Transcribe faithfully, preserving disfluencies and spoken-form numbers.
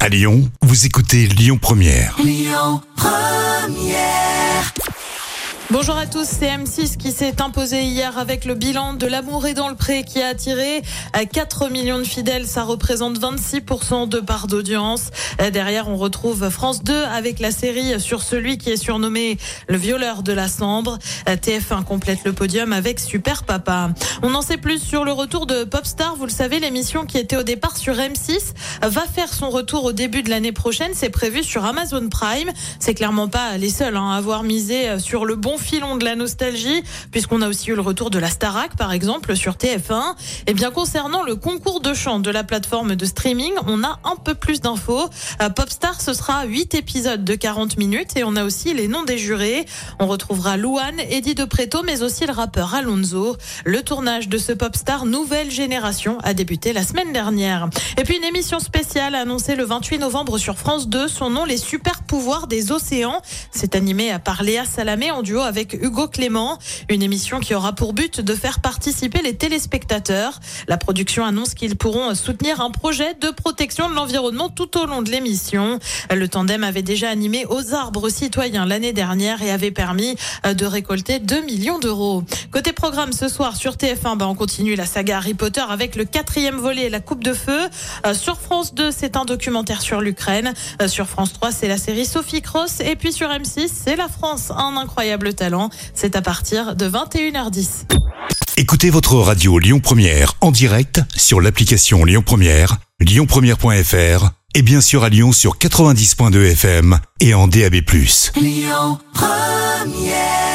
À Lyon, vous écoutez Lyon Première. Lyon Première. Bonjour à tous, c'est M six qui s'est imposé hier avec le bilan de L'amour est dans le pré qui a attiré quatre millions de fidèles. Ça représente vingt-six pour cent de part d'audience. Derrière, on retrouve France deux avec la série sur celui qui est surnommé le violeur de la Sambre. T F un complète le podium avec Super Papa. On en sait plus sur le retour de Popstar. Vous le savez, l'émission qui était au départ sur M six va faire son retour au début de l'année prochaine. C'est prévu sur Amazon Prime. C'est clairement pas les seuls hein, à avoir misé sur le bon filon de la nostalgie, puisqu'on a aussi eu le retour de la Starac, par exemple, sur T F un. Et bien, concernant le concours de chant de la plateforme de streaming, on a un peu plus d'infos. À Popstar, ce sera huit épisodes de quarante minutes et on a aussi les noms des jurés. On retrouvera Louane, Eddie de Pretto, mais aussi le rappeur Alonso. Le tournage de ce Popstar Nouvelle Génération a débuté la semaine dernière. Et puis, une émission spéciale annoncée le vingt-huit novembre sur France deux. Son nom, Les super pouvoirs des océans. C'est animé par Léa Salamé en duo avec Hugo Clément. Une émission qui aura pour but de faire participer les téléspectateurs. La production annonce qu'ils pourront soutenir un projet de protection de l'environnement tout au long de l'émission. Le tandem avait déjà animé Aux arbres citoyens l'année dernière et avait permis de récolter deux millions d'euros. Côté programme ce soir sur T F un, bah on continue la saga Harry Potter avec le quatrième volet, La Coupe de Feu. Sur France deux, c'est un documentaire sur l'Ukraine. Sur France trois, c'est la série Sophie Cross. Et puis sur M six, c'est La France, un incroyable talent. C'est à partir de vingt et une heures dix. Écoutez votre radio Lyon Première en direct sur l'application Lyon Première, lyon première point f r et bien sûr à Lyon sur quatre-vingt-dix point deux F M et en D A B plus. Lyon Première.